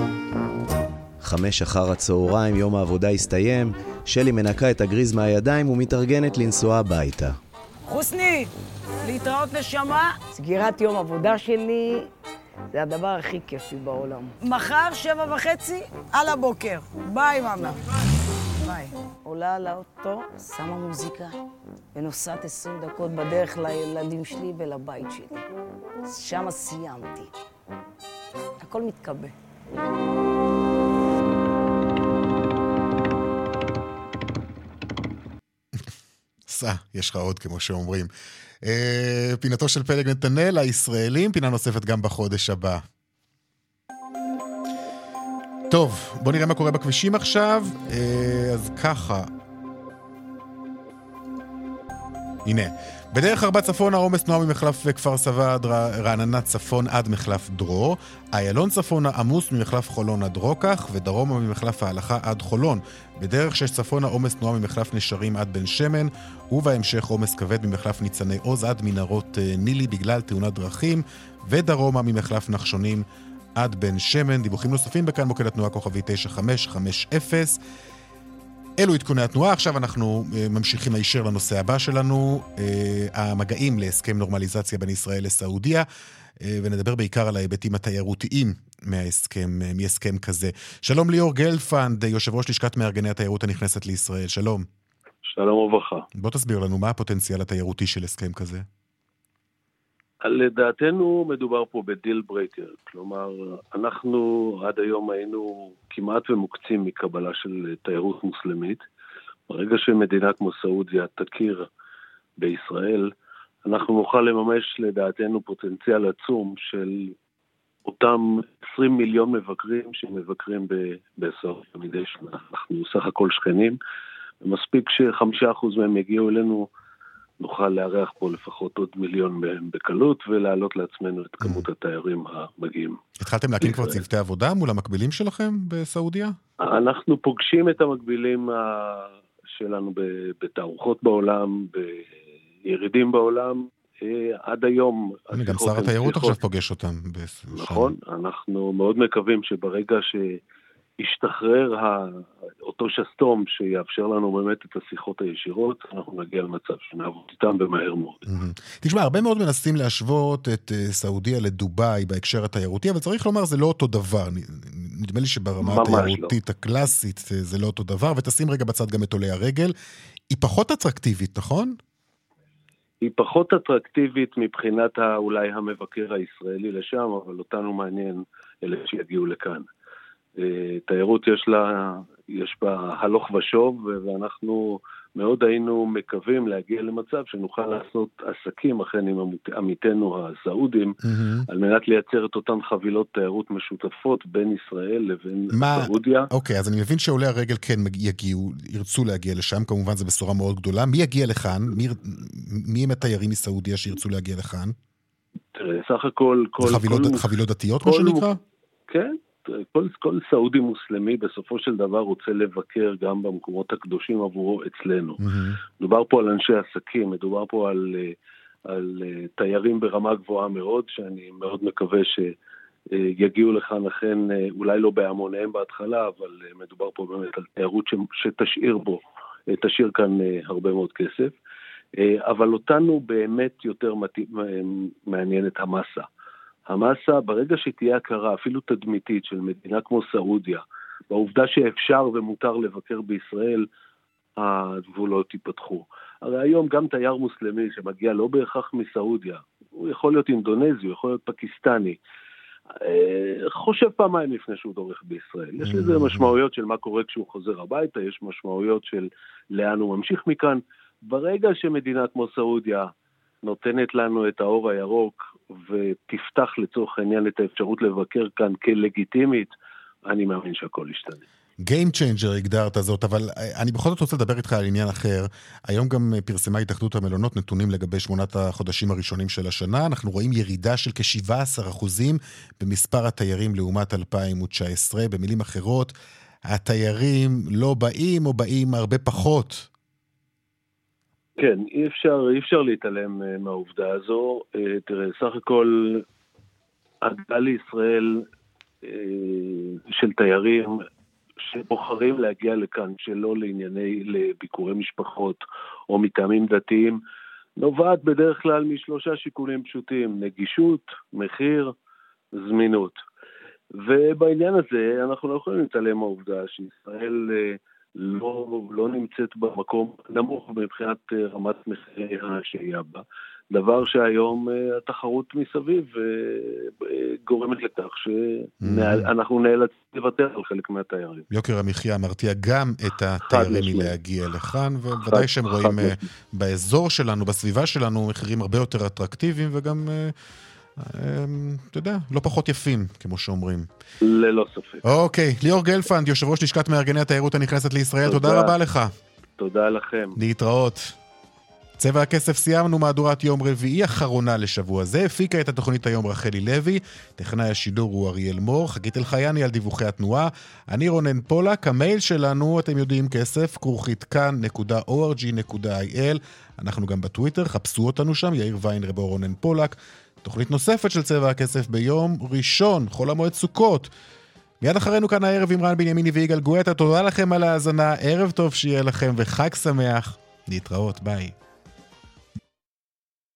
חמש אחר הצהריים, יום העבודה הסתיים, שלי מנקה את הגריז מהידיים ומתארגנת לנסוע הביתה. חוסני, להתראות נשמה, סגירת יום עבודה שלי, זה הדבר הכי כיפי בעולם. מחר, שבע וחצי, על הבוקר. ביי, מאמא. ביי. עולה על האוטו, שמה מוזיקה, ונוסעת עשרים דקות בדרך לילדים שלי ולבית שלי. שם סיימתי. הכל מתקבל. סע, יש לך עוד כמו שאומרים. פינתו של פלג נתנאל, הישראלים, פינה נוספת גם בחודש הבא. טוב, בוא נראה מה קורה בכבישים עכשיו. אז ככה. הנה. בדרך ארבע צפון העומס תנועה ממחלף כפר סבא עד רעננה צפון עד מחלף דרור, איילון צפון עמוס ממחלף חולון עד רוקח, ודרומה ממחלף ההלכה עד חולון. בדרך שש צפון העומס תנועה ממחלף נשרים עד בן שמן, ובהמשך עומס כבד ממחלף ניצני עוז עד מנהרות נילי בגלל תאונת דרכים, ודרומה ממחלף נחשונים עד בן שמן. דיווחים נוספים בכאן מוקד התנועה כוכבי תשע חמש חמש אפס. אלו עדכוני התנועה. עכשיו אנחנו uh, ממשיכים הישר לנושא הבא שלנו, uh, המגעים להסכם נורמליזציה בין ישראל לסעודיה, uh, ונדבר בעיקר על ההיבטים התיירותיים מההסכם, uh, מהסכם כזה. שלום ליאור גלפנד, יושב ראש לשכת מארגני התיירות הנכנסת לישראל. שלום. שלום וברכה. בוא תסביר לנו מה הפוטנציאל התיירותי של הסכם כזה. לדעתנו מדובר פה בדיל ברקר, כלומר אנחנו עד היום היינו כמעט ומוקצים מקבלה של תיירות מוסלמית. ברגע שמדינה כמו סעודיה תכיר בישראל, אנחנו נוכל לממש לדעתנו פוטנציאל עצום של אותם עשרים מיליון מבקרים שמבקרים בסעודיה מדי שנה. אנחנו סך הכל שכנים, ומספיק שחמישה אחוז מהם יגיעו אלינו, נוכל לארח פה לפחות עוד מיליון בקלות, ולהעלות לעצמנו את כמות התיירים המגיעים. התחלתם להקים כבר צוותי עבודה מול המקבילים שלכם בסעודיה? אנחנו פוגשים את המקבילים שלנו בתערוכות בעולם, בירידים בעולם, עד היום. גם שר התיירות עכשיו פוגש אותם. נכון, אנחנו מאוד מקווים שברגע ש... ישתחרר אותו שסתום שיאפשר לנו באמת את השיחות הישירות, אנחנו נגיע למצב שנעבוד איתם במהר מאוד. תשמע, הרבה מאוד מנסים להשוות את סעודיה לדובאי בהקשר התיירותי, אבל צריך לומר, זה לא אותו דבר. נדמה לי שברמה התיירותית הקלאסית זה לא אותו דבר, ותשים רגע בצד גם את עולי הרגל. היא פחות אטרקטיבית, נכון? היא פחות אטרקטיבית מבחינת אולי המבקר הישראלי לשם, אבל אותנו מעניין אלה שיגיעו לכאן. תיירות יש לה, יש בה הלוך ושוב, ואנחנו מאוד היינו מקווים להגיע למצב שנוכל לעשות עסקים אכן עם עמיתנו הסעודים, mm-hmm. על מנת לייצר את אותן חבילות תיירות משותפות בין ישראל לבין מה? סעודיה. אוקיי, אז אני מבין שעולי הרגל כן יגיעו, ירצו להגיע לשם, כמובן זה בשורה מאוד גדולה. מי יגיע לכאן? מי, מי הם התיירים מסעודיה שירצו להגיע לכאן? תראה, סך הכל... זה חבילות, כל, חבילות דתיות, כל, מה שנקרא? כן. כל, כל סעודי מוסלמי בסופו של דבר רוצה לבקר גם במקומות הקדושים עבורו אצלנו. Mm-hmm. מדובר פה על אנשי עסקים, מדובר פה על, על תיירים ברמה גבוהה מאוד, שאני מאוד מקווה שיגיעו לכאן אכן, אולי לא בהמוניהם בהתחלה, אבל מדובר פה באמת על תיירות שתשאיר בו, תשאיר כאן הרבה מאוד כסף. אבל אותנו באמת יותר מעניינת המסה. המסה, ברגע שתהיה הכרה, אפילו תדמיתית של מדינה כמו סעודיה, בעובדה שאפשר ומותר לבקר בישראל, הגבולות ייפתחו. הרי היום גם תייר מוסלמי שמגיע לא בהכרח מסעודיה, הוא יכול להיות אינדונזי, הוא יכול להיות פקיסטני, חושב פעמיים לפני שהוא דורך בישראל. יש לזה משמעויות של מה קורה כשהוא חוזר הביתה, יש משמעויות של לאן הוא ממשיך מכאן. ברגע שמדינה כמו סעודיה נותנת לנו את האור הירוק, ותפתח לצורך העניין את האפשרות לבקר כאן כלגיטימית, אני מאמין שהכל ישתנה. Game changer הגדרת זאת, אבל אני בכל זאת רוצה לדבר איתך על עניין אחר. היום גם פרסמה התאחדות המלונות נתונים לגבי שמונת החודשים הראשונים של השנה. אנחנו רואים ירידה של כ-שבעה עשר אחוזים במספר התיירים לעומת אלפיים תשע עשרה. במילים אחרות, התיירים לא באים או באים הרבה פחות. כן, אי אפשר, אי אפשר להתעלם מהעובדה הזו. תראה, סך הכל, הגעה לישראל של תיירים שבוחרים להגיע לכאן, שלא לענייני, לביקורי משפחות או מטעמים דתיים, נובעת בדרך כלל משלושה שיקולים פשוטים: נגישות, מחיר, זמינות. ובעניין הזה אנחנו לא יכולים להתעלם מהעובדה שישראל לא, לא נמצאת במקום נמוך מבחינת רמת מחירי השהייה בה, דבר שהיום התחרות מסביב גורמת לכך שאנחנו נאלצים לוותר על חלק מהתיירים. יוקר המחיה מרתיע גם את התיירים מלהגיע לכאן, וודאי שהם רואים באזור שלנו, בסביבה שלנו, מחירים הרבה יותר אטרקטיביים וגם... אתה יודע, לא פחות יפים, כמו שאומרים. ללא ספק. אוקיי, ליאור גלפנד, יושב ראש לשכת מארגני התיירות הנכנסת לישראל, תודה רבה לך. תודה לכם. להתראות. צבע הכסף סיימנו, מהדורת יום רביעי אחרונה לשבוע זה. הפיקה את התוכנית היום רחלי לוי, טכנאי השידור הוא אריאל מור, חגית אלחייני על דיווחי התנועה, אני רונן פולק, המייל שלנו, אתם יודעים, כסף, כרוכית כאן נקודה או אר ג'י נקודה איי אל, אנחנו גם בטוויטר, חפשו אותנו שם, יאיר ויינרב או רונן פולק. תוכנית נוספת של צבע הכסף ביום ראשון, חול המועד סוכות. מיד אחרינו כאן הערב עם רן בנימיני ויגאל גואטה. תודה לכם על ההאזנה, ערב טוב שיהיה לכם וחג שמח. להתראות, ביי.